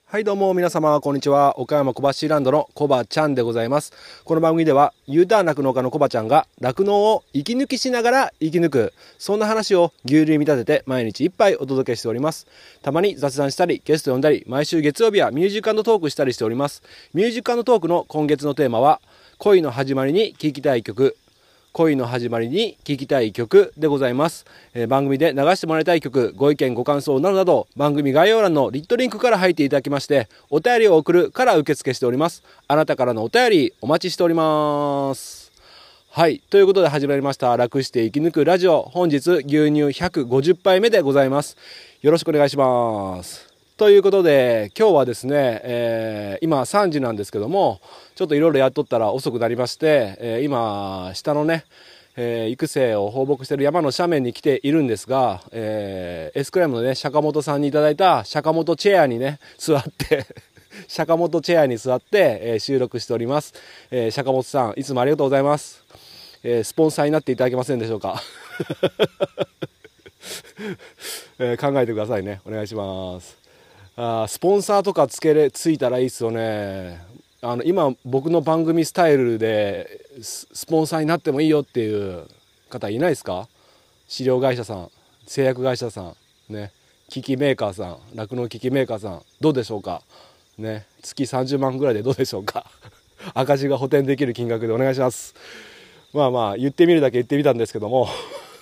はいどうも皆様こんにちは。岡山小橋ランドのコバちゃんでございます。この番組では U ターン酪農家のコバちゃんが酪農を息抜きしながら生き抜く、そんな話を牛乳に見立てて毎日一杯お届けしております。たまに雑談したりゲスト呼んだり、毎週月曜日はミュージック&トークしたりしております。ミュージック&トークの今月のテーマは恋の始まりに聴きたい曲、恋の始まりに聴きたい曲でございます。番組で流してもらいたい曲、ご意見ご感想などなど、番組概要欄のリットリンクから入っていただきまして、お便りを送るから受付しております。あなたからのお便りお待ちしております。はい、ということで始まりました楽して生き抜くラジオ。本日牛乳150杯目でございます。よろしくお願いします。ということで今日はですね、今3時なんですけども、ちょっといろいろやっとったら遅くなりまして、今下のね、育成を放牧している山の斜面に来ているんですが、エスクライムのね釈本さんにいただいた釈本チェアにね座って釈本チェアに座って、収録しております。釈本さんいつもありがとうございます。スポンサーになっていただけませんでしょうか考えてくださいね。お願いします。スポンサーとかついたらいいですよね。今僕の番組スタイルでスポンサーになってもいいよっていう方いないですか？飼料会社さん、製薬会社さんね、機器メーカーさん、酪農機器メーカーさん、どうでしょうかね。月30万ぐらいでどうでしょうか赤字が補填できる金額でお願いします。まあ言ってみるだけ言ってみたんですけども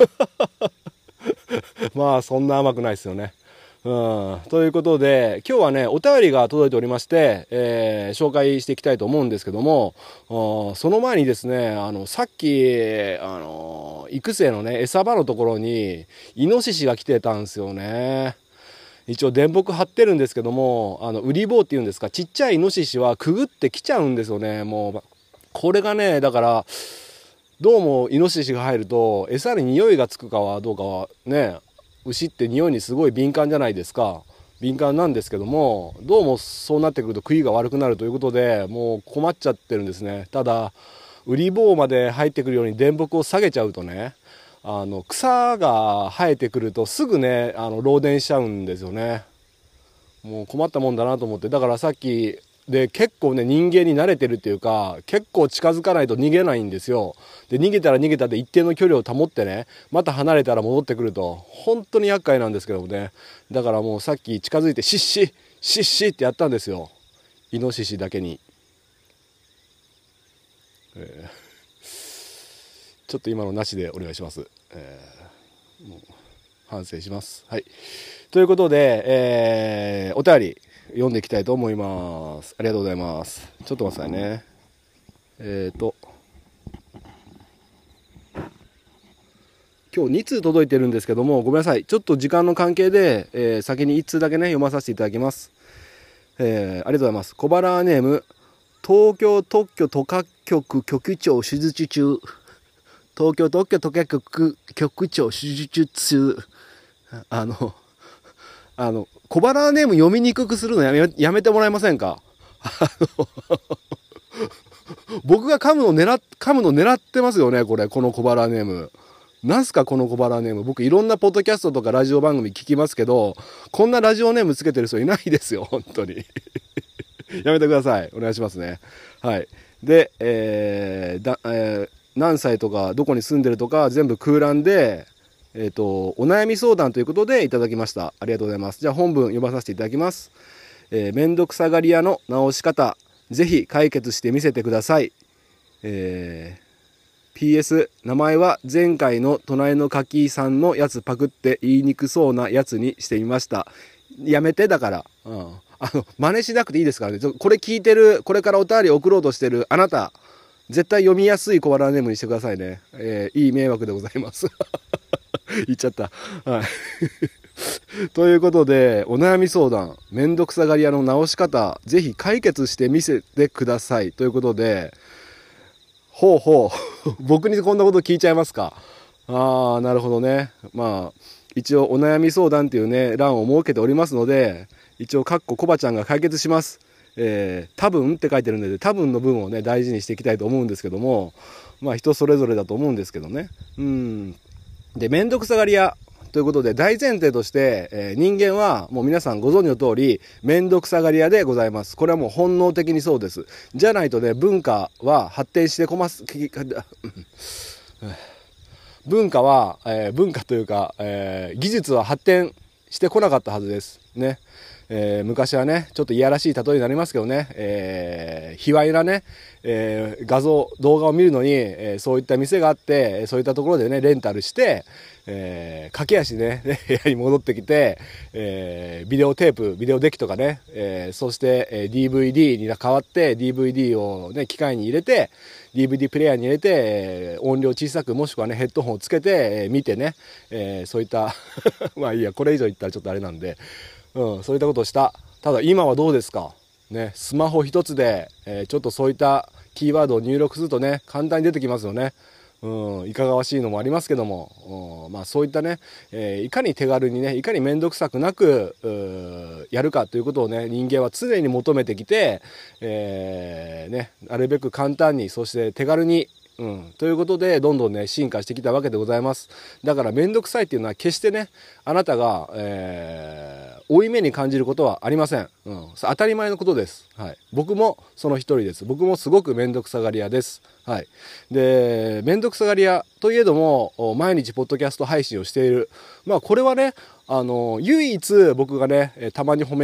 まあそんな甘くないですよね。ということで今日はねお便りが届いておりまして、紹介していきたいと思うんですけども、その前にですねさっき育成のね餌場のところにイノシシが来てたんですよね。一応電木張ってるんですけども、ウリ棒っていうんですか、ちっちゃいイノシシはくぐってきちゃうんですよね。もうこれがね、だからどうもイノシシが入ると餌に匂いがつくかはどうかはね、牛って匂いにすごい敏感じゃないですか。敏感なんですけども、どうもそうなってくると食いが悪くなるということでもう困っちゃってるんですね。ただウリ棒まで入ってくるように電木を下げちゃうとね、草が生えてくるとすぐね漏電しちゃうんですよね。もう困ったもんだなと思って、だからさっきで結構ね人間に慣れてるっていうか、結構近づかないと逃げないんですよ。で逃げたら逃げたで一定の距離を保ってね、また離れたら戻ってくると本当に厄介なんですけどもね。だからもうさっき近づいてシッシッシッシッってやったんですよ、イノシシだけに。ちょっと今のなしでお願いします。もう反省します。はい、ということで、お便り読んでいきたいと思います。ありがとうございます。ちょっと待ってくださいね。今日2通届いてるんですけども、ごめんなさい、ちょっと時間の関係で、先に1通だけね読まさせていただきます。ありがとうございます。小腹ネーム、東京特許許可局局長手術中。東京特許許可局局長手術中。小腹ネーム読みにくくするのやめてもらえませんか？僕が噛むの狙ってますよね、この小腹ネーム。なんすかこの小腹ネーム。僕いろんなポッドキャストとかラジオ番組聞きますけど、こんなラジオネームつけてる人いないですよ、本当に。やめてください。お願いしますね。はい。で、何歳とかどこに住んでるとか全部空欄で、お悩み相談ということでいただきました。ありがとうございます。じゃあ本文読まさせていただきます。めんどくさがり屋の直し方、ぜひ解決してみせてください。PS 名前は前回の隣の柿さんのやつパクって言いにくそうなやつにしてみました。やめて、だから、真似しなくていいですからね。これ聞いてる、これからお便り送ろうとしてるあなた、絶対読みやすい小腹ネームにしてくださいね。いい迷惑でございます言っちゃった。はいということで、お悩み相談、めんどくさがり屋の直し方、ぜひ解決してみせてくださいということで、ほうほう僕にこんなこと聞いちゃいますか？なるほどね。まあ一応お悩み相談っていうね欄を設けておりますので、一応コバちゃんが解決します。多分って書いてるので、多分の文をね大事にしていきたいと思うんですけども、まあ人それぞれだと思うんですけどね。でめんどくさがり屋ということで、大前提として、人間はもう皆さんご存知の通り、めんどくさがり屋でございます。これはもう本能的にそうです。じゃないとね、文化は発展してこます、文化は、文化というか、技術は発展してこなかったはずですね。昔はね、ちょっといやらしい例えになりますけどね、卑猥なね、画像、動画を見るのに、そういった店があって、そういったところでね、レンタルして、駆け足でね、部屋に戻ってきて、ビデオテープ、ビデオデッキとかね、そして、DVD に変わって、DVD をね、機械に入れて、DVD プレイヤーに入れて、音量小さく、もしくはね、ヘッドホンをつけて、見てね、そういったまあいいや、これ以上言ったらちょっとあれなんで、そういったことをした。ただ今はどうですかね、スマホ一つで、ちょっとそういったキーワードを入力するとね、簡単に出てきますよね。いかがわしいのもありますけども、まあそういったね、いかに手軽にね、いかに面倒くさくなくやるかということをね、人間は常に求めてきて、ね、なるべく簡単に、そして手軽に、ということでどんどんね進化してきたわけでございます。だから面倒くさいっていうのは決してね、あなたが、負い目に感じることはありません。当たり前のことです。はい、僕もその一人です。僕もすごく面倒くさがり屋です。はい、で面倒くさがり屋といえども毎日ポッドキャスト配信をしている。まあこれはね、唯一僕がねたまに褒め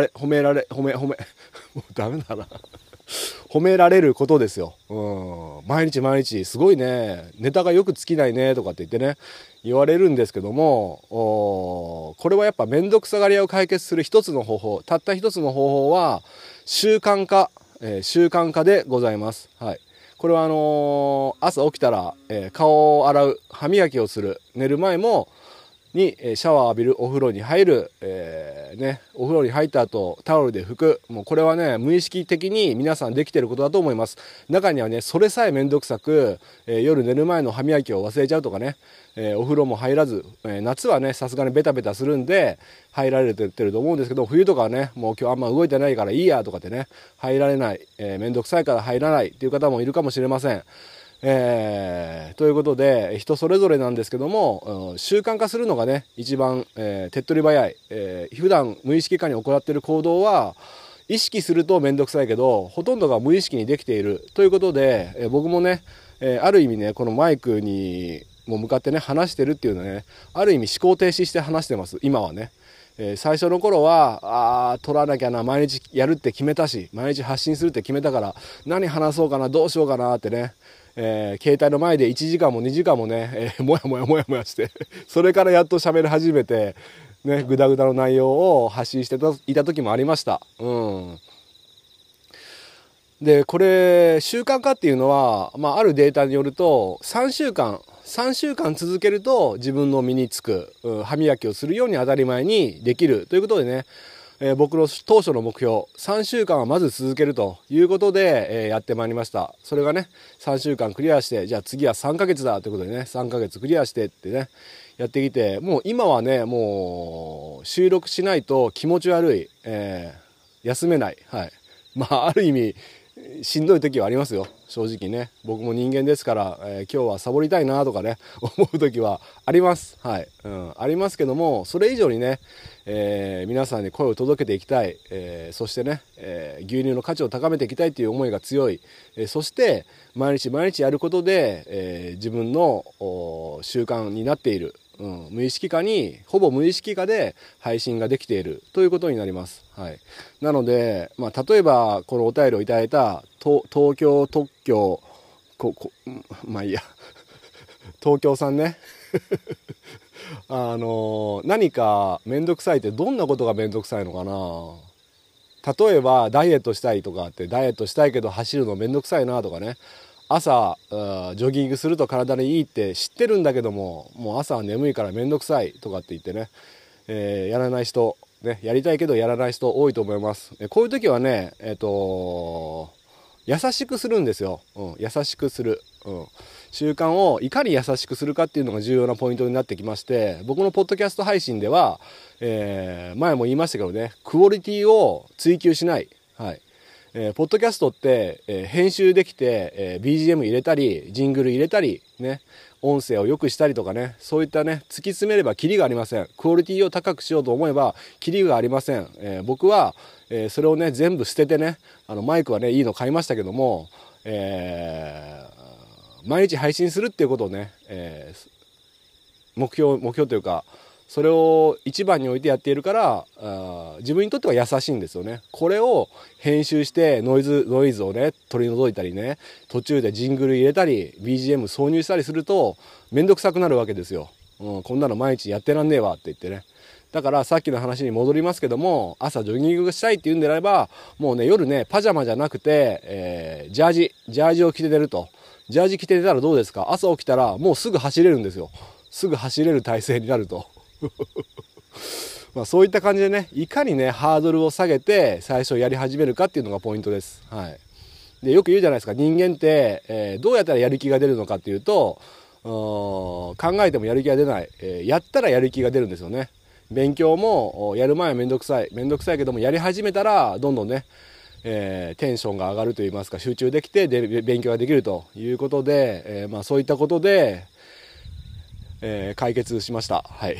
もうダメだな褒められることですよ。毎日毎日すごいね、ネタがよく尽きないねとかって言ってね、言われるんですけども、これはやっぱ面倒くさがり屋を解決する一つの方法、たった一つの方法は習慣化でございます。はい。これは朝起きたら、顔を洗う、歯磨きをする、寝る前もにシャワー浴びる、お風呂に入る、お風呂に入った後タオルで拭く。もうこれはね無意識的に皆さんできていることだと思います。中にはねそれさえ面倒くさく、夜寝る前の歯磨きを忘れちゃうとかね、お風呂も入らず、夏はねさすがにベタベタするんで入られてると思うんですけど、冬とかはねもう今日あんま動いてないからいいやとかってね入られない、面倒くさいから入らないっていう方もいるかもしれません。ということで人それぞれなんですけども、習慣化するのがね一番、手っ取り早い、普段無意識化に行っている行動は意識すると面倒くさいけどほとんどが無意識にできているということで、僕もね、ある意味ねこのマイクにも向かってね話してるっていうのはね、ある意味思考停止して話してます今はね。最初の頃は撮らなきゃな、毎日やるって決めたし毎日発信するって決めたから何話そうかな、どうしようかなってね、携帯の前で1時間も2時間もね、もやもやしてそれからやっと喋り始めてね、グダグダの内容を発信していた時もありました。でこれ習慣化っていうのは、あるデータによると3週間続けると自分の身につく、歯磨きをするように当たり前にできるということでね、僕の当初の目標3週間はまず続けるということで、やってまいりました。それがね3週間クリアして、じゃあ次は3ヶ月だということでね3ヶ月クリアしてってねやってきて、もう今はねもう収録しないと気持ち悪い、休めない。はい。ある意味しんどい時はありますよ正直ね。僕も人間ですから、今日はサボりたいなとかね思う時はあります。はい、ありますけども、それ以上にね、皆さんに声を届けていきたい、そしてね、牛乳の価値を高めていきたいという思いが強い、そして毎日毎日やることで、自分の習慣になっている、無意識化にほぼ無意識化で配信ができているということになります。はい、なので、例えばこのお便りをいただいた東京特許いいや東京さんね何か面倒くさいってどんなことが面倒くさいのかな。例えばダイエットしたいとかって、ダイエットしたいけど走るの面倒くさいなとかね、朝ジョギングすると体にいいって知ってるんだけども、もう朝は眠いから面倒くさいとかって言ってね、やらない人ね、やりたいけどやらない人多いと思います。こういう時はね優しくするんですよ。優しくする、習慣をいかに優しくするかっていうのが重要なポイントになってきまして、僕のポッドキャスト配信では、前も言いましたけどね、クオリティを追求しない。はい。ポッドキャストって、編集できて、BGM 入れたりジングル入れたりね、 音声を良くしたりとかね、そういったね、突き詰めればキリがありません。クオリティを高くしようと思えばキリがありません。僕は、それをね全部捨ててね、マイクはねいいの買いましたけども、毎日配信するっていうことをね、目標というか、それを一番に置いてやっているから、自分にとっては優しいんですよね。これを編集してノイズをね取り除いたりね、途中でジングル入れたり BGM 挿入したりするとめんどくさくなるわけですよ。こんなの毎日やってらんねえわって言ってね。だからさっきの話に戻りますけども、朝ジョギングしたいって言うんであれば、もうね夜ねパジャマじゃなくて、ジャージを着て出ると。ジャージ着て出たらどうですか？朝起きたらもうすぐ走れるんですよ。すぐ走れる体勢になると。まあそういった感じでね、いかにねハードルを下げて最初やり始めるかっていうのがポイントです。はい。でよく言うじゃないですか、人間って、どうやったらやる気が出るのかっていうと、考えてもやる気が出ない、やったらやる気が出るんですよね。勉強もやる前はめんどくさいけども、やり始めたらどんどんね、テンションが上がるといいますか、集中できて勉強ができるということで、まあそういったことで、解決しました。はい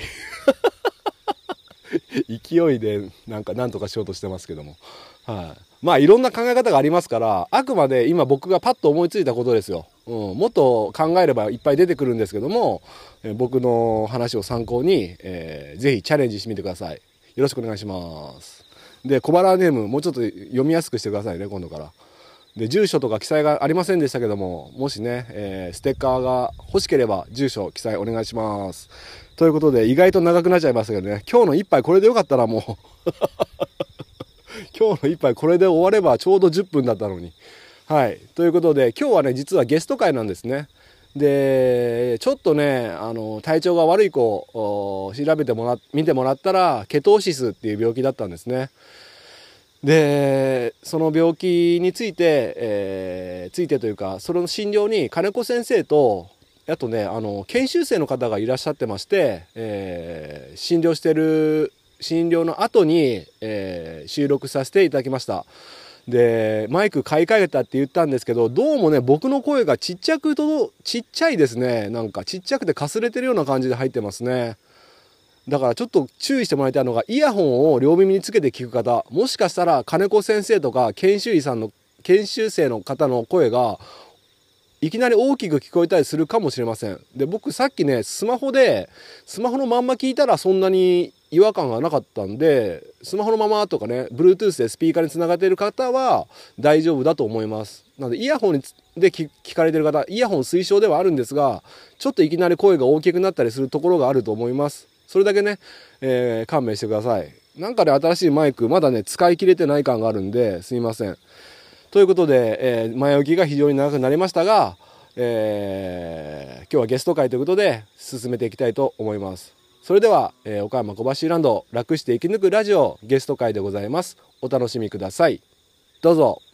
勢いでなんとかしようとしてますけども、はい、まあいろんな考え方がありますから、あくまで今僕がパッと思いついたことですよ。もっと考えればいっぱい出てくるんですけども、僕の話を参考に、ぜひチャレンジしてみてください。よろしくお願いします。で小腹ネームもうちょっと読みやすくしてくださいね、今度から。で住所とか記載がありませんでしたけども、もしね、ステッカーが欲しければ住所記載お願いします。ということで意外と長くなっちゃいましたけどね、今日の一杯これでよかったらもう今日の一杯これで終わればちょうど10分だったのに。はい、ということで今日はね実はゲスト会なんですね。でちょっとね体調が悪い子を見てもらったらケトーシスっていう病気だったんですね。でその病気について、というかその診療に金子先生とあとね研修生の方がいらっしゃってまして、診療の後に、収録させていただきました。でマイク買い替えたって言ったんですけど、どうもね僕の声がちっちゃいですね。なんかちっちゃくてかすれてるような感じで入ってますね。だからちょっと注意してもらいたいのが、イヤホンを両耳につけて聞く方、もしかしたら金子先生とか研修生の方の声がいきなり大きく聞こえたりするかもしれません。で僕さっきねスマホのまんま聞いたらそんなに違和感がなかったんで、スマホのままとかね Bluetooth でスピーカーにつながっている方は大丈夫だと思います。なのでイヤホンで聞かれている方、イヤホン推奨ではあるんですが、ちょっといきなり声が大きくなったりするところがあると思います。それだけね、勘弁してください。なんかね新しいマイクまだね使い切れてない感があるんですみません。ということで、前置きが非常に長くなりましたが、今日はゲスト会ということで進めていきたいと思います。それでは、岡山小橋ランド楽して生き抜くラジオゲスト会でございます。お楽しみください。どうぞ。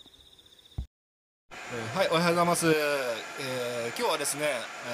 はい、おはようございます。今日はですね、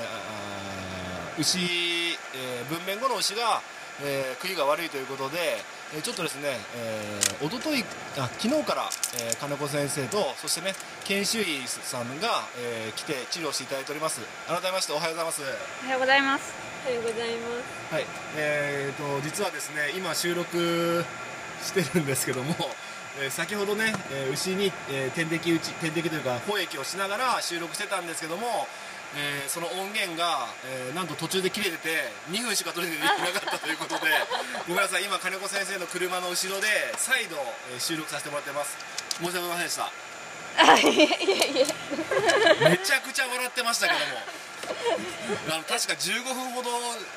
分娩後の牛が、食いが悪いということで、ちょっとですね、昨日から、金子先生とそしてね研修医さんが、来て治療していただいております。改めましておはようございます。 おはようございます。おはようございます。 はい、実はですね今収録してるんですけども、先ほどね、牛に、点滴というか保液をしながら収録してたんですけども、その音源が、なんと途中で切れてて2分しか取れてなかったということでごめんなさい。今金子先生の車の後ろで再度、収録させてもらってます。申し訳ございませんでした。めちゃくちゃ笑ってましたけども確か15分ほど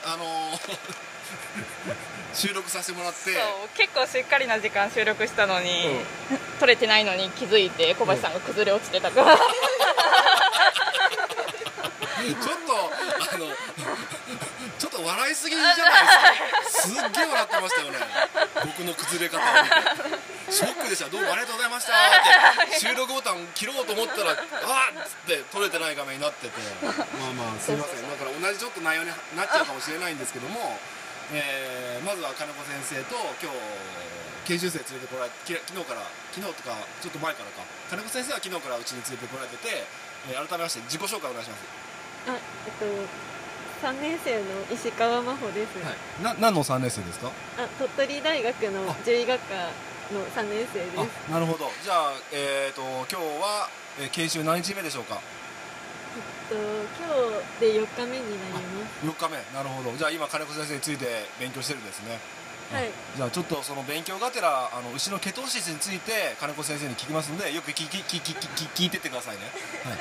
収録させてもらって、 結構しっかりな時間収録したのに、撮れてないのに気づいて小橋さんが崩れ落ちてたから、 ちょっと笑いすぎじゃないですか。すっげえ笑ってましたよね、僕の崩れ方を見て。ショックでした。どうもありがとうございましたって収録ボタン切ろうと思ったらあっつって撮れてない画面になってて、まあすいません。だから同じちょっと内容になっちゃうかもしれないんですけども、まずは金子先生と今日研修生連れてこられて、昨日とかちょっと前からか、金子先生は昨日からうちに連れてこられてて、改めまして自己紹介お願いします。 3年生の石川真帆です。 何の3年生ですか？ 鳥取大学の獣医学科の3年生です。 なるほど。じゃあ、今日は、研修何日目でしょうか？ 今日で4日目になります。 4日目。なるほど。じゃあ今金子先生について勉強してるんですね。 はい。 じゃあちょっとその勉強がてら牛のケトーシスについて金子先生に聞きますので、よく聞いてってくださいね。はい。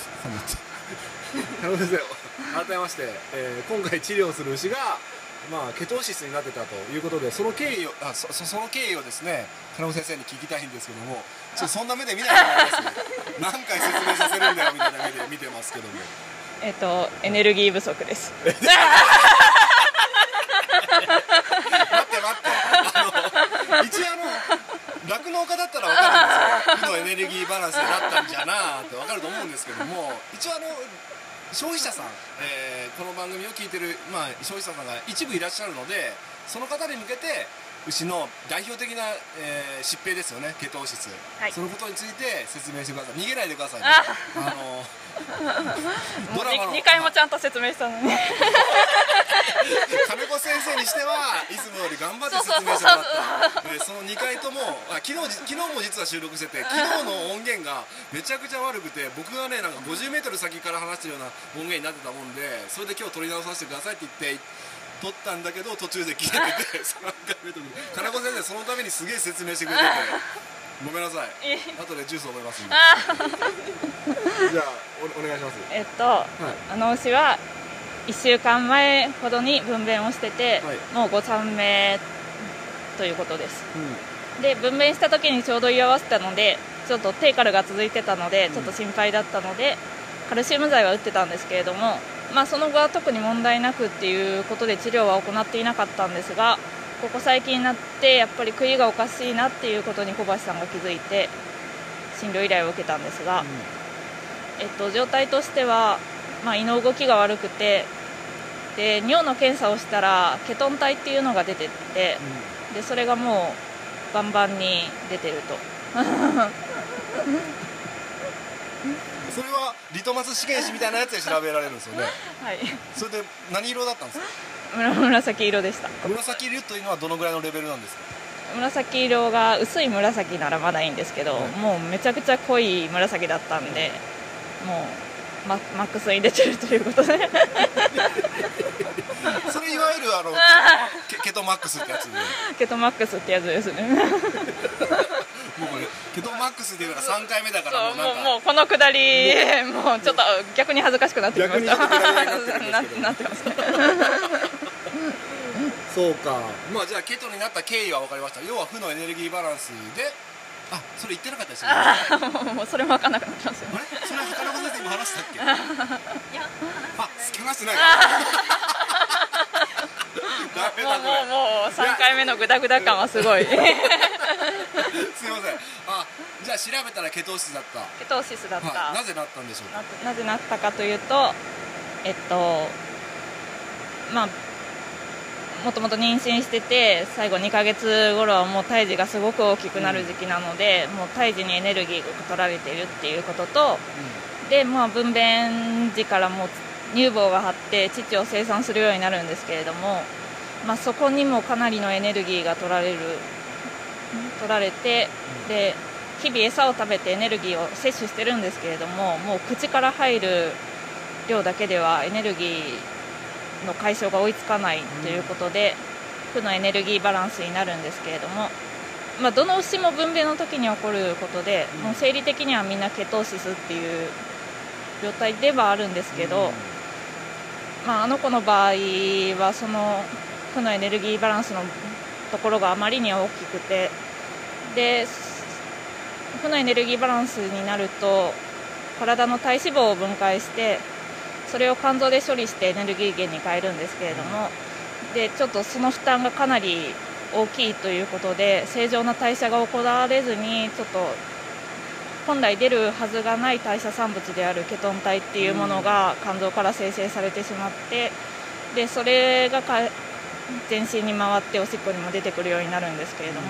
金子先生、改めまして、今回治療する牛がケトーシスになってたということで、その経緯をですね、金子先生に聞きたいんですけども、そんな目で見ないでもらいますね。何回説明させるんだよみたいな目で見てますけども。 エネルギー不足です。 待って一応酪農家だったら分かるんですよ。負のエネルギーバランスになったんじゃなーって分かると思うんですけども、一応消費者さん、この番組を聞いてる、消費者さんが一部いらっしゃるので、その方に向けて牛の代表的な、疾病ですよね、ケトーシス、はい、そのことについて説明してください。逃げないでくださいね。 ドラマの2回もちゃんと説明したのに金子先生にしてはいつもより頑張って説明してもらった。その2回とも昨日も実は収録してて、昨日の音源がめちゃくちゃ悪くて、僕がねなんか50メートル先から話してるような音源になってたもんで、それで今日撮り直させてくださいって言って撮ったんだけど、途中で切れてて3回目と金子先生そのためにすげえ説明してくれててごめんなさい。後でジュース覚えますんでじゃあお願いします。 あの牛は1週間前ほどに分娩をしてて、はい、もう5産目ということです、で分娩した時にちょうど居合わせたので、ちょっと低カルが続いてたのでちょっと心配だったので、カルシウム剤は打ってたんですけれども、その後は特に問題なくっていうことで治療は行っていなかったんですが、ここ最近になってやっぱり食いがおかしいなっていうことに小橋さんが気づいて診療依頼を受けたんですが、状態としては、胃の動きが悪くて、で尿の検査をしたらケトン体っていうのが出てて、でそれがもうバンバンに出てるとそれはリトマス試験紙みたいなやつで調べられるんですよねはい。 それで何色だったんですか？ 紫色でした。 紫色というのはどのぐらいのレベルなんですか？ 紫色が薄い紫ならまだいいんですけど、もうめちゃくちゃ濃い紫だったんで、もうマックスに出てるということでそれいわゆるケトマックスってやつでケトマックスってやつですねもうケトマックスでいうのが3回目だから、 もうこのくだりもうちょっと逆に恥ずかしくなってきましたなってますねそうか。じゃあケトになった経緯は分かりました。要は負のエネルギーバランスで、それ言ってなかったですよね。 もうそれも分かんなくなってますよ。 あれ？それは金子先生今話したっけ？いや、話してない。 もう3回目のグダグダ感はすごいすいません。 じゃあ調べたらケトーシスだった。 ケトーシスだった、 なぜなったんでしょうか？ なぜなったかというと、もともと妊娠してて、最後2ヶ月頃はもう胎児がすごく大きくなる時期なので、もう胎児にエネルギーが取られているっていうことと、で分娩時からもう乳房が張って乳を生産するようになるんですけれども、そこにもかなりのエネルギーが取られて、で日々餌を食べてエネルギーを摂取してるんですけれども、もう口から入る量だけではエネルギーの解消が追いつかないということで、負のエネルギーバランスになるんですけれども、どの牛も分娩の時に起こることで、もう生理的にはみんなケトーシスっていう状態ではあるんですけど、あの子の場合はその負のエネルギーバランスのところがあまりに大きくて、で負のエネルギーバランスになると体の体脂肪を分解して、それを肝臓で処理してエネルギー源に変えるんですけれども、でちょっとその負担がかなり大きいということで、正常な代謝が行われずに、ちょっと本来出るはずがない代謝産物であるケトン体っていうものが肝臓から生成されてしまって、でそれが全身に回っておしっこにも出てくるようになるんですけれども、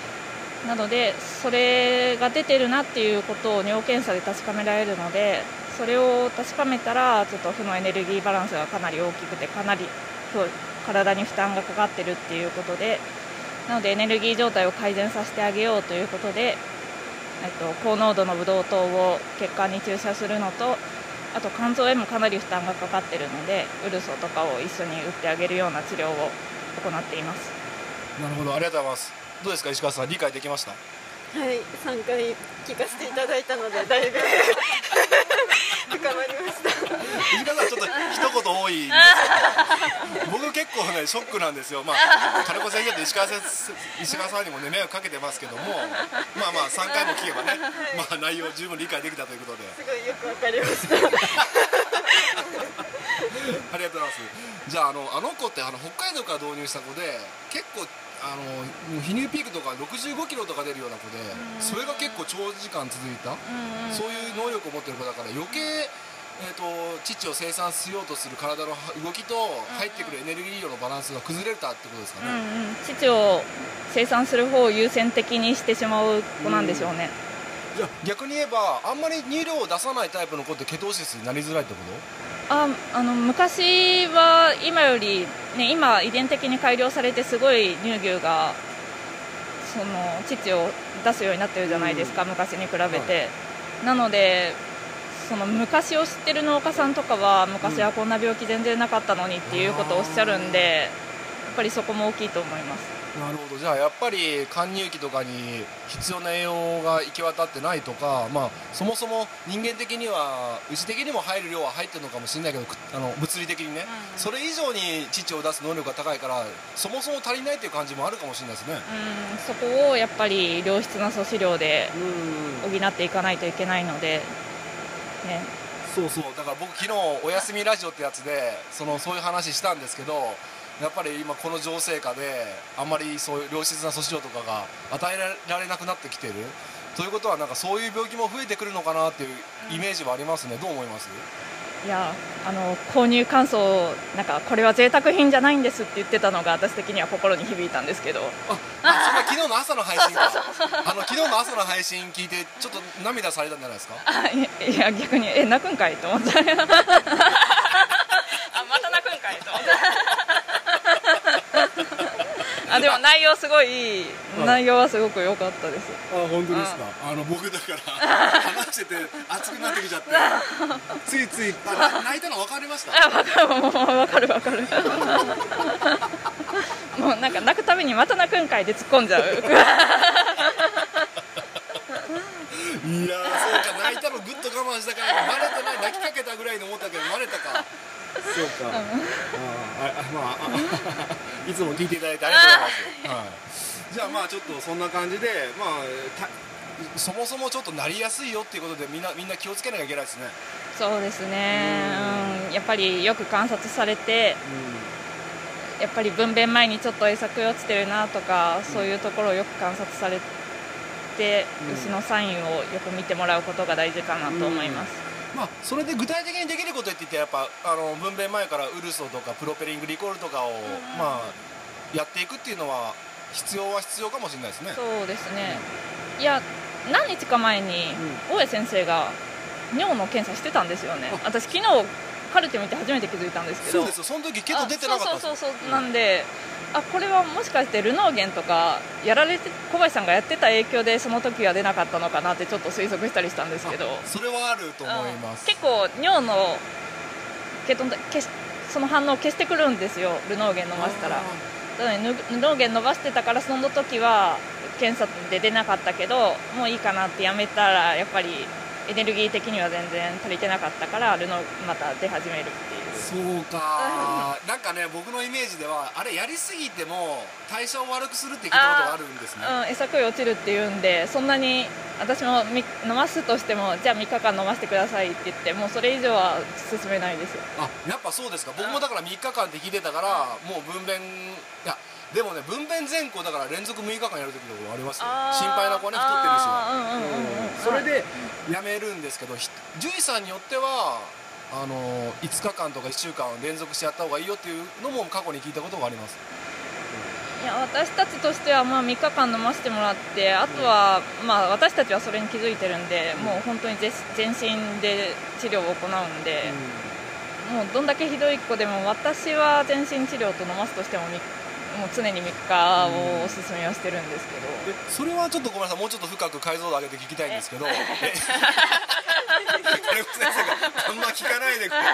なのでそれが出てるなっていうことを尿検査で確かめられるので、 それを確かめたらちょっと負のエネルギーバランスがかなり大きくてかなり体に負担がかかってるっていうことで、なのでエネルギー状態を改善させてあげようということで、高濃度のブドウ糖を血管に注射するのと、あと肝臓へもかなり負担がかかっているのでウルソとかを一緒に打ってあげるような治療を行っています。 なるほど、ありがとうございます。どうですか石川さん、理解できました？ はい、3回聞かせていただいたのでだいぶ深まりました。 石川さんちょっと一言多いんですよ。僕結構ねショックなんですよ。金子先生と石川さんにもね迷惑かけてますけども、3回も聞けばね、内容十分理解できたということで、 すごいよくわかりました。 ありがとうございます。じゃああの子って北海道から導入した子で、結構飛乳ピークとか65キロとか出るような子で、それが結構長時間続いた、そういう能力を持ってる子だから余計、乳を生産しようとする体の動きと入ってくるエネルギー量のバランスが崩れたってことですかね。 乳を生産する方を優先的にしてしまう子なんでしょうね。 じゃあ逆に言えばあんまり乳量を出さないタイプの子ってケトーシスになりづらいってこと？ 昔は今より、ね、今遺伝的に改良されてすごい乳牛が乳を出すようになってるじゃないですか、昔に比べて、はい、なので昔を知ってる農家さんとかは昔はこんな病気全然なかったのにっていうことをおっしゃるんで、やっぱりそこも大きいと思います。 なるほど。じゃあやっぱり貫入期とかに必要な栄養が行き渡ってないとか、そもそも人間的には牛的にも入る量は入ってるのかもしれないけど、物理的にね、それ以上に乳を出す能力が高いからそもそも足りないっていう感じもあるかもしれないですね。 そこをやっぱり良質な粗飼料で補っていかないといけないので、ね、 そうだから僕昨日おやすみラジオってやつでそういう話したんですけど、やっぱり今この情勢下であんまりそういう良質な粗飼料とかが与えられなくなってきてるということは、そういう病気も増えてくるのかなっていうイメージはありますね。どう思います？ いや、購入感想これは贅沢品じゃないんですって言ってたのが私的には心に響いたんですけど、 そんな昨日の朝の配信か昨日の朝の配信聞いてちょっと涙されたんじゃないですか？ いや逆に泣くんかいと思ったまた泣くんかいと思ったでも内容内容はすごく良かったです。 本当ですか？僕だから話してて熱くなってきちゃってついつい泣いたの分かりました？ 分かるもう泣くたびにまた泣くんかいで突っ込んじゃういやそうか、 泣いたのぐっと我慢したからバレてない、泣きかけたぐらいに思ったけどバレたか。そうか、いつも聞いていただいてありがとうございます、じゃあちょっとそんな感じでそもそもちょっとなりやすいよっていうことでみんな気をつけなきゃいけないですね。 そうですね、やっぱりよく観察されて、やっぱり分娩前にちょっと餌食い落ちてるなとか、そういうところをよく観察されて、牛のサインをよく見てもらうことが大事かなと思います。 それで具体的にできることって言ってやっぱ分娩前からウルソとかプロペリングリコールとかをやっていくっていうのは必要かもしれないですね。 そうですね、いや何日か前に大江先生が尿の検査してたんですよね。私昨日カルテ見て初めて気づいたんですけど。 そうですよ、その時結構出てなかったんですよ。 そうなんで、これはもしかしてルノーゲンとか小林さんがやってた影響でその時は出なかったのかなってちょっと推測したりしたんですけど。 それはあると思います。 結構尿のその反応を消してくるんですよ、ルノーゲン飲ませたら。ルノーゲン飲ませてたからその時は検査で出なかったけど、もういいかなってやめたらやっぱりエネルギー的には全然足りてなかったからまた出始めるっていう。 そうか僕のイメージではあれやりすぎても代謝を悪くするって聞いたことがあるんですね。 餌食い落ちるっていうんで、そんなに私も飲ますとしてもじゃあ3日間飲ませてくださいって言ってもうそれ以上は進めないです。 やっぱそうですか。僕もだから3日間って聞いてたからもう分娩でもね、分娩前後だから連続6日間やる時とかもありますよ。心配な子はね、太ってるし、それでやめるんですけど、獣医さんによっては5日間とか1週間連続してやった方がいいよっていうのも過去に聞いたことがあります。 いや私たちとしては3日間飲ませてもらって、あとは、私たちはそれに気づいてるんで、もう本当に全身で治療を行うんで、もうどんだけひどい子でも私は全身治療と飲ますとしてももう常に3日をおすすめはしてるんですけど、 それはちょっとごめんなさい、もうちょっと深く解像度上げて聞きたいんですけど、金子先生があんま聞かないでくれ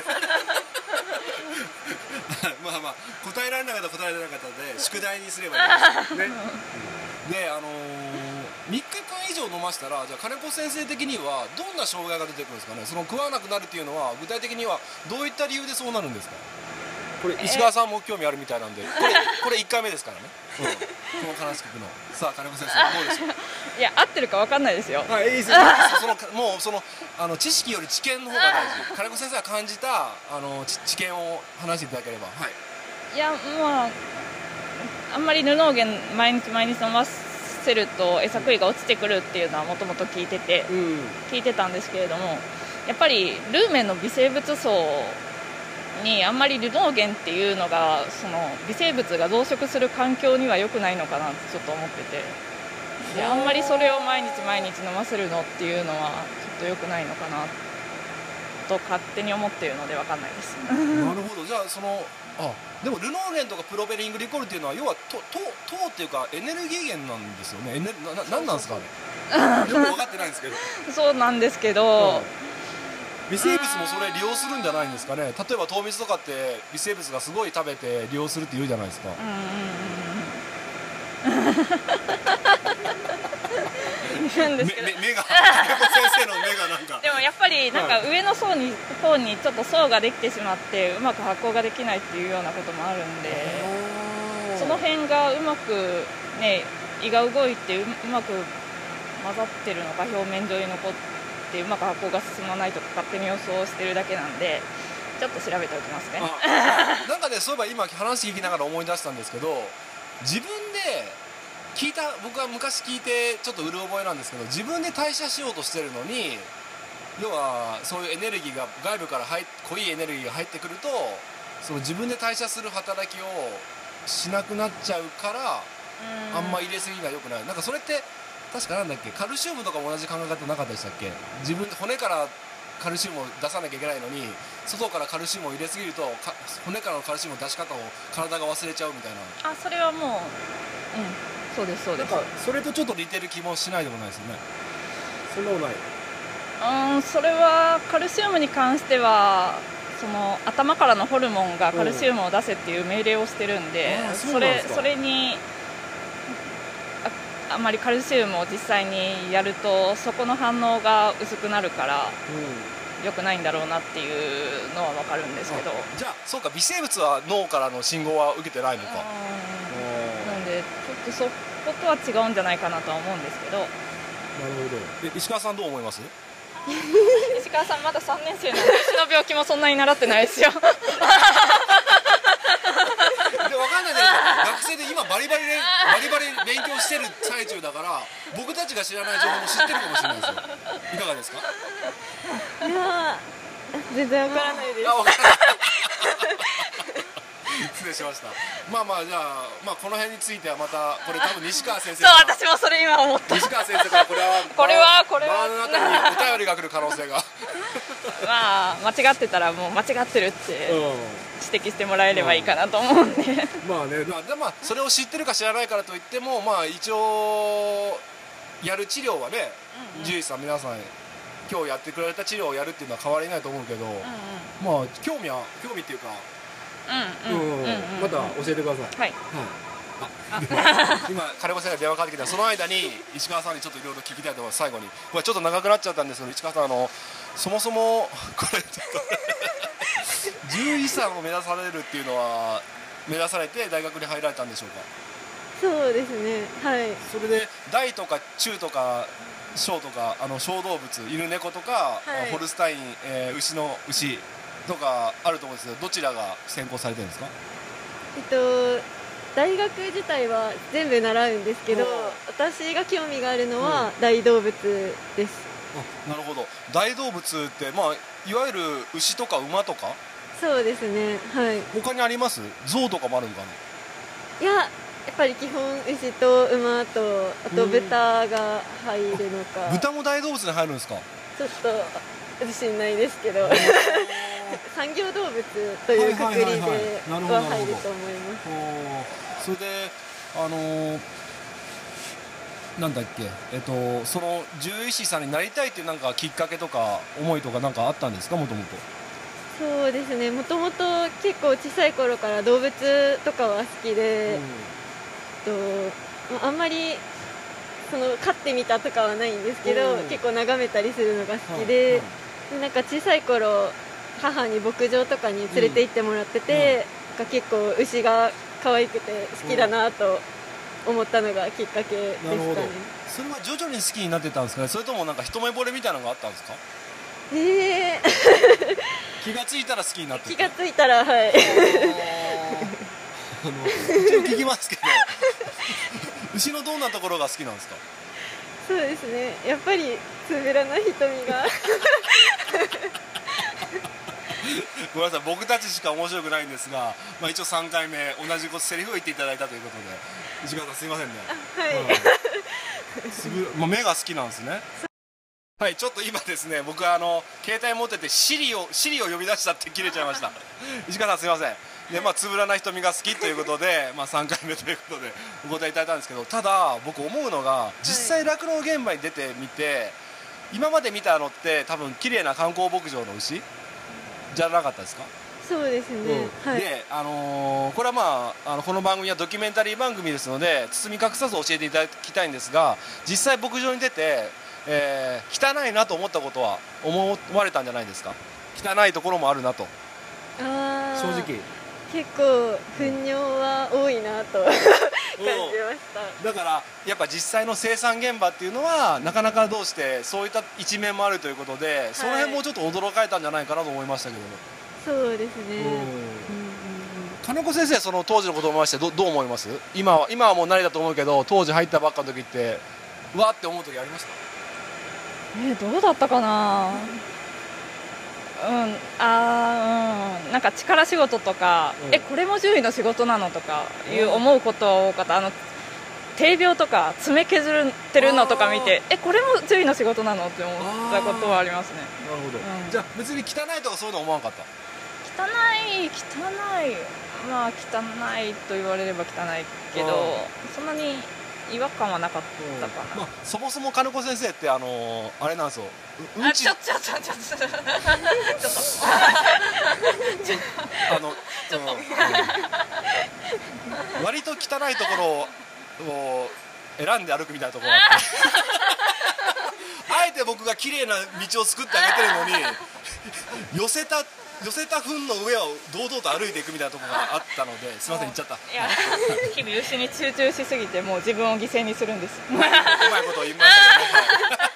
まあ答えられなかったら答えられなかったので宿題にすればいいですね。で3日間以上飲ましたら、じゃあ金子先生的にはどんな障害が出てくるんですかね。その食わなくなるっていうのは具体的にはどういった理由でそうなるんですか。これ石川さんも興味あるみたいなんで、これ1回目ですからね、この話聞くの。さあ金子先生どうでしょう。 いや合ってるか分かんないですよ。 いいですよ。もう知識より知見の方が大事。金子先生が感じた知見を話していただければ。 いやあんまりルノーゲン毎日飲ませると餌食いが落ちてくるっていうのはもともと聞いてたんですけれども、やっぱりルーメンの微生物層にあんまりルノーゲンっていうのがその微生物が増殖する環境には良くないのかなってちょっと思ってて、であんまりそれを毎日飲ませるのっていうのはちょっと良くないのかなと勝手に思っているので分かんないですなるほど。じゃあでもルノーゲンとかプロペリングリコールっていうのは要は糖っていうかエネルギー源なんですよね。なんなんですかあれよく分かってないんですけどそうなんですけど、 微生物もそれ利用するんじゃないんですかね。例えば糖蜜とかって微生物がすごい食べて利用するって言うじゃないですか。 なんですけど目が金子先生の目がなんかでもやっぱりなんか上の方にちょっと層ができてしまってうまく発酵ができないっていうようなこともあるんで、その辺がうまくね胃が動いてうまく混ざってるのか表面上に残ってうまく発酵が進まないとか勝手に予想してるだけなんで、ちょっと調べておきますね。 なんかね、そういえば今話聞きながら思い出したんですけど、自分で僕は昔聞いてちょっとうる覚えなんですけど、自分で代謝しようとしてるのに、要はそういうエネルギーが外部から濃いエネルギーが入ってくると、その自分で代謝する働きをしなくなっちゃうから、あんま入れすぎが良くない。なんかそれって確かなんだっけ、カルシウムとかも同じ考え方なかったでしたっけ。自分で骨からカルシウムを出さなきゃいけないのに、外からカルシウムを入れすぎると骨からのカルシウムの出し方を体が忘れちゃうみたいな。 それはもうそうですそうです。 なんかそれとちょっと似てる気もしないでもないですよね。そんなことない。 それはカルシウムに関してはその頭からのホルモンがカルシウムを出せっていう命令をしてるんで、それにあんまりカルシウムを実際にやるとそこの反応が薄くなるから良くないんだろうなっていうのは分かるんですけど。 じゃあそうか、微生物は脳からの信号は受けてないのか。 なんでちょっとそことは違うんじゃないかなとは思うんですけど。なるほど。石川さんどう思います？ 石川さんまだ3年生なので牛の病気もそんなに習ってないですよ。で分かんないけど、学生で今バリバリ勉強してる最中だから、僕たちが知らない情報も知ってるかもしれないですよ。いかがですか？ いや全然わからないです。 分からない失礼しました。じゃあ、この辺についてはまたこれ多分西川先生そう、私もそれ今思った。 西川先生からこれはの中にお便りが来る可能性が間違ってたらもう間違ってるって指摘してもらえればいいかなと思うんでそれを知ってるか知らないからといっても、一応やる治療はね、獣医さん皆さん今日やってくれた治療をやるっていうのは変わりないと思うけど、興味っていうかまた教えてください。はい。今金子先生が電話かかってきた。その間に石川さんにちょっといろいろ聞きたいと思います。最後にこれちょっと長くなっちゃったんですけど、石川さんそもそもこれちょっと獣医さんを目指されるっていうのは目指されて大学に入られたんでしょうか？ そうですね、はい。 それで大とか中とか小とか小動物、犬猫とか、ホルスタイン、牛とかあると思うんですけど、どちらが専攻されてるんですか？ 大学自体は全部習うんですけど、私が興味があるのは大動物です。 なるほど。大動物っていわゆる牛とか馬とか？ そうですね、はい。 他にあります？象とかもあるのかな？ いや、 っぱり基本牛と馬とあと豚が入るのか、 豚も大動物に入るんですか？ ちょっと自信ないですけど産業動物というくくりでは入ると思います。 それでなんだっけ、その獣医師さんになりたいっていうなんかきっかけとか思いとかなんかあったんですか、もともと？ そうですね、もともと結構小さい頃から動物とかは好きで、あんまり飼ってみたとかはないんですけど、結構眺めたりするのが好きで、なんか小さい頃母に牧場とかに連れて行ってもらってて、なんか結構牛が可愛くて好きだなと思ったのがきっかけですかね。 それは徐々に好きになってたんですかね、それともなんか一目惚れみたいなのがあったんですか？気がついたら好きになってた。 気がついたら、はい一応聞きますけど牛のどんなところが好きなんですか？ そうですね、やっぱりつぶらな瞳がごめんなさい、僕たちしか面白くないんですが、一応3回目同じセリフを言っていただいたということで、石川さんすいませんね。はい、目が好きなんですね。はい、ちょっと今ですね、僕は携帯持っててシリを呼び出したって切れちゃいました石川さんすいません。で、つぶらな瞳が好きということで、3回目ということでお答えいただいたんですけど、ただ僕思うのが、実際酪農現場に出てみて、今まで見たのって多分綺麗な観光牧場の牛じゃなかったですか？ そうですね、はい、 で、これはこの番組はドキュメンタリー番組ですので包み隠さず教えていただきたいんですが、実際牧場に出て、汚いなと思ったことは思われたんじゃないですか？汚いところもあるなと。正直結構糞尿は多いなと感じました。 だからやっぱ実際の生産現場っていうのはなかなかどうしてそういった一面もあるということで、その辺もちょっと驚かれたんじゃないかなと思いましたけども。 そうですね。 金子先生、その当時のことを思いましてどう思います？今はもう慣れだと思うけど、当時入ったばっかの時ってうわって思う時ありました？ どうだったかな。なんか力仕事とか、これも獣医の仕事なのとか思うことは多かった。定病とか爪削ってるのとか見て、これも獣医の仕事なのって思ったことはありますね。 なるほど、じゃあ別に汚いとかそういうの思わなかった？ 汚い汚いと言われれば汚いけど、そんなに違和感はなかったかな。 そもそも金子先生ってあれなんですよ、 ちょっと割と汚いところを選んで歩くみたいなところがあってあえて僕が綺麗な道を作ってあげてるのに寄せた糞の上を堂々と歩いていくみたいなところがあったので、すいません、言っちゃった。 いや日々牛に集中しすぎてもう自分を犠牲にするんです。 うまいこと言いましたけどね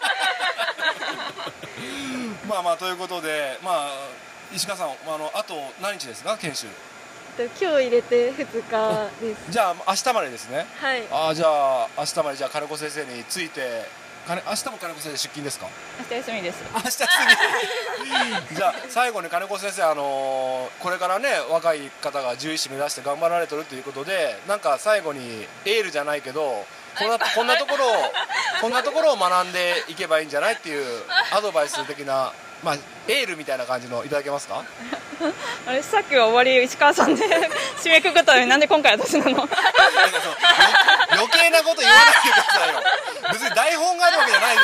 ということで、石川さん、あと何日ですか、研修？ 今日入れて2日です。 じゃあ明日までですね。 はい。 じゃあ明日まで金子先生について、明日も金子先生出勤ですか？ 明日休みです。 明日休みじゃあ最後に金子先生、これからね若い方が獣医師目指して頑張られてるということで、なんか最後にエールじゃないけど、こんなところを学んでいけばいいんじゃないっていうアドバイス的な、エールみたいな感じのいただけますか？ あれ、さっきは終わり石川さんで締めくくったのに、なんで今回私なの？ 余計なこと言わないでくださいよ。別に台本があるわけじゃない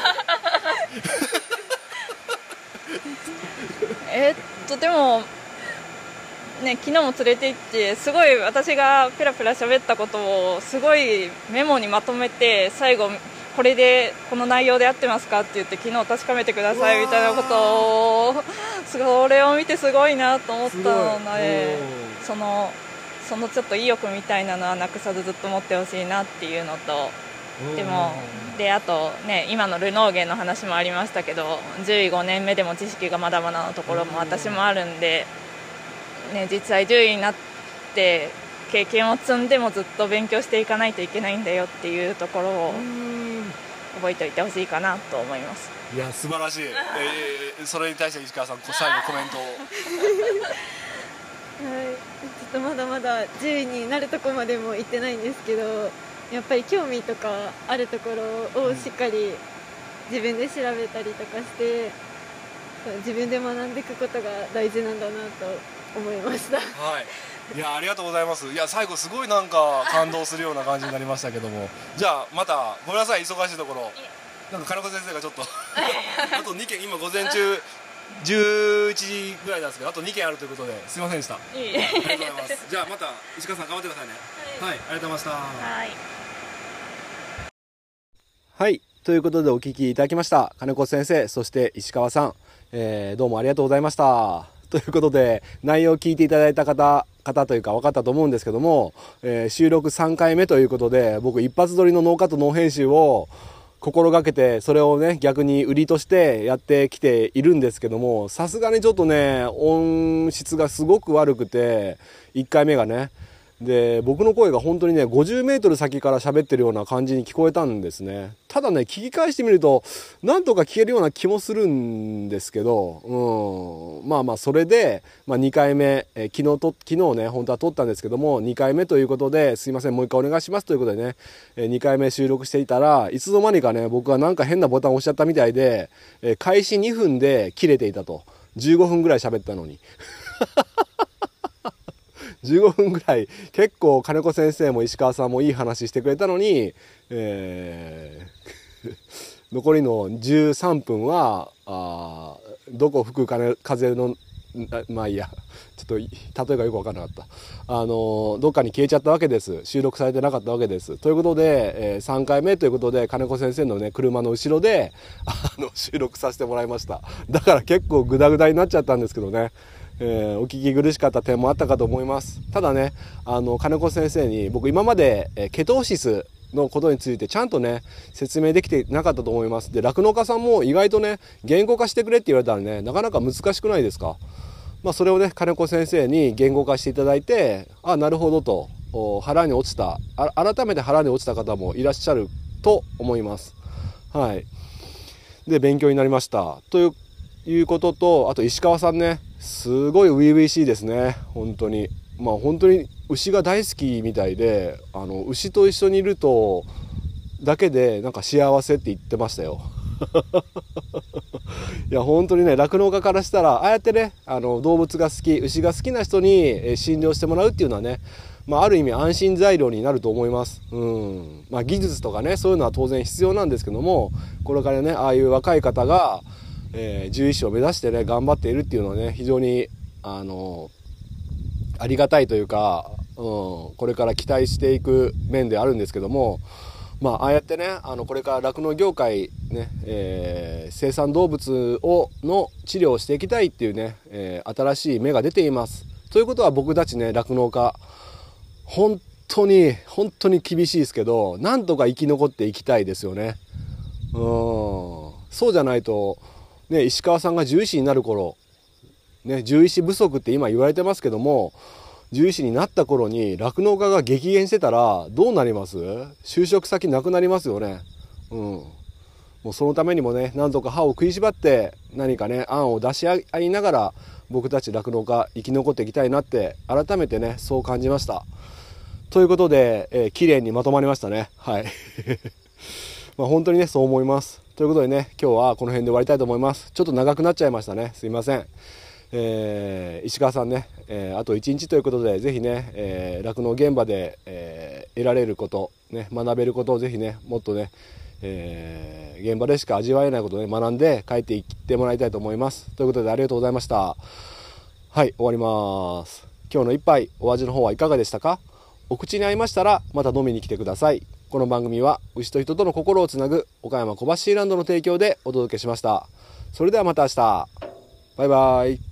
ですから。 でもね、昨日も連れて行って、すごい私がペラペラ喋ったことをすごいメモにまとめて、最後これでこの内容で合ってますかって言って、昨日確かめてくださいみたいなことを、それを見てすごいなと思ったので、そのちょっと意欲みたいなのはなくさずずっと持ってほしいなっていうのと、あとね、今のルノーゲンの話もありましたけど、15年目でも知識がまだまだのところも私もあるんで、実際獣医になって経験を積んでもずっと勉強していかないといけないんだよっていうところを覚えておいてほしいかなと思います。 いや、素晴らしい。それに対して石川さん、最後コメントを。 はい、ちょっとまだまだ10位になるとこまでも行ってないんですけど、やっぱり興味とかあるところをしっかり自分で調べたりとかして、自分で学んでいくことが大事なんだなと思いました。 はい、いやありがとうございます。いや最後すごいなんか感動するような感じになりましたけどもじゃあまたごめんなさい、忙しいところなんか金子先生がちょっとあと2件、今午前中11時ぐらいなんですけど、あと2件あるということですいませんでした。ありがとうございます。じゃあまた石川さん頑張ってくださいね。はい、ありがとうございました。 はいはい、ということでお聞きいただきました金子先生、そして石川さん、どうもありがとうございました。ということで内容を聞いていただいた方というか分かったと思うんですけども、収録3回目ということで僕一発撮りのノーカットノー編集を心がけて、それをね逆に売りとしてやってきているんですけども、さすがにちょっとね音質がすごく悪くて1回目がね、で僕の声が本当にね50メートル先から喋ってるような感じに聞こえたんですね。ただね聞き返してみるとなんとか聞けるような気もするんですけど、まあまあそれで、2回目、昨日ね本当は撮ったんですけども2回目ということですいませんもう一回お願いしますということでね、2回目収録していたらいつの間にかね僕はなんか変なボタンを押しちゃったみたいで、開始2分で切れていたと。15分ぐらい喋ったのに15分ぐらい結構金子先生も石川さんもいい話してくれたのに、残りの13分はどこ吹く風のまあいいやちょっと例えがよく分からなかったどっかに消えちゃったわけです。収録されてなかったわけです。ということで、3回目ということで金子先生のね車の後ろで収録させてもらいました。だから結構グダグダになっちゃったんですけどね、お聞き苦しかった点もあったかと思います。ただね金子先生に僕今までケトーシスのことについてちゃんとね説明できてなかったと思います。で酪農家さんも意外とね言語化してくれって言われたらねなかなか難しくないですか。それをね金子先生に言語化していただいてなるほどと腹に落ちた改めて腹に落ちた方もいらっしゃると思います。はい、で勉強になりましたということと、あと石川さんねすごい初々しいですね本当に。本当に牛が大好きみたいで牛と一緒にいるとだけでなんか幸せって言ってましたよいや本当にね酪農家からしたらああやってね動物が好き牛が好きな人に診療してもらうっていうのはね、ある意味安心材料になると思います。技術とかねそういうのは当然必要なんですけども、これからねああいう若い方が、獣医師を目指してね頑張っているっていうのはね非常にありがたいというか、これから期待していく面であるんですけども、ああやってねこれから酪農業界ね、生産動物の治療をしていきたいっていうね、新しい芽が出ています。ということは僕たちね酪農家本当に厳しいですけどなんとか生き残っていきたいですよね。そうじゃないとね石川さんが獣医師になる頃ね、獣医師不足って今言われてますけども、獣医師になった頃に酪農家が激減してたらどうなります？就職先なくなりますよね。もうそのためにもね何とか歯を食いしばって何かね案を出し合いながら僕たち酪農家生き残っていきたいなって改めてねそう感じました。ということで、綺麗にまとまりましたね。はい本当にねそう思います。ということでね今日はこの辺で終わりたいと思います。ちょっと長くなっちゃいましたね、すいません。石川さんね、あと1日ということでぜひね酪農現場で、得られること、ね、学べることをぜひねもっとね、現場でしか味わえないことを、ね、学んで帰っていってもらいたいと思います。ということでありがとうございました。はい終わります。今日の一杯お味の方はいかがでしたか？お口に合いましたらまた飲みに来てください。この番組は牛と人との心をつなぐ岡山小橋ランドの提供でお届けしました。それではまた明日。バイバイ。